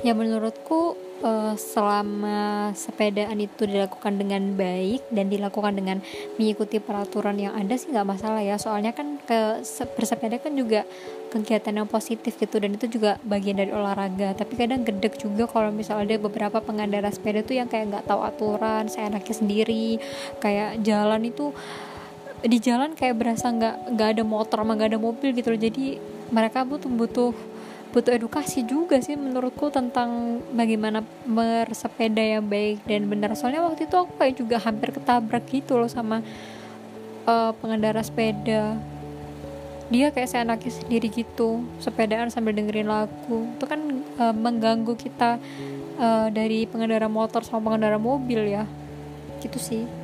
Ya menurutku selama sepedaan itu dilakukan dengan baik dan dilakukan dengan mengikuti peraturan yang ada sih nggak masalah ya, soalnya kan bersepeda kan juga kegiatan yang positif gitu, dan itu juga bagian dari olahraga. Tapi kadang gedek juga kalau misalnya ada beberapa pengendara sepeda tuh yang kayak nggak tahu aturan, seenaknya sendiri, kayak jalan itu di jalan kayak berasa nggak ada motor sama nggak ada mobil gitu loh. Jadi mereka butuh butuh butuh edukasi juga sih menurutku tentang bagaimana bersepeda yang baik dan benar. Soalnya waktu itu aku kayak juga hampir ketabrak gitu loh sama pengendara sepeda. Dia kayak seenaknya sendiri gitu, sepedaan sambil dengerin lagu. Itu kan mengganggu kita dari pengendara motor sama pengendara mobil ya, gitu sih.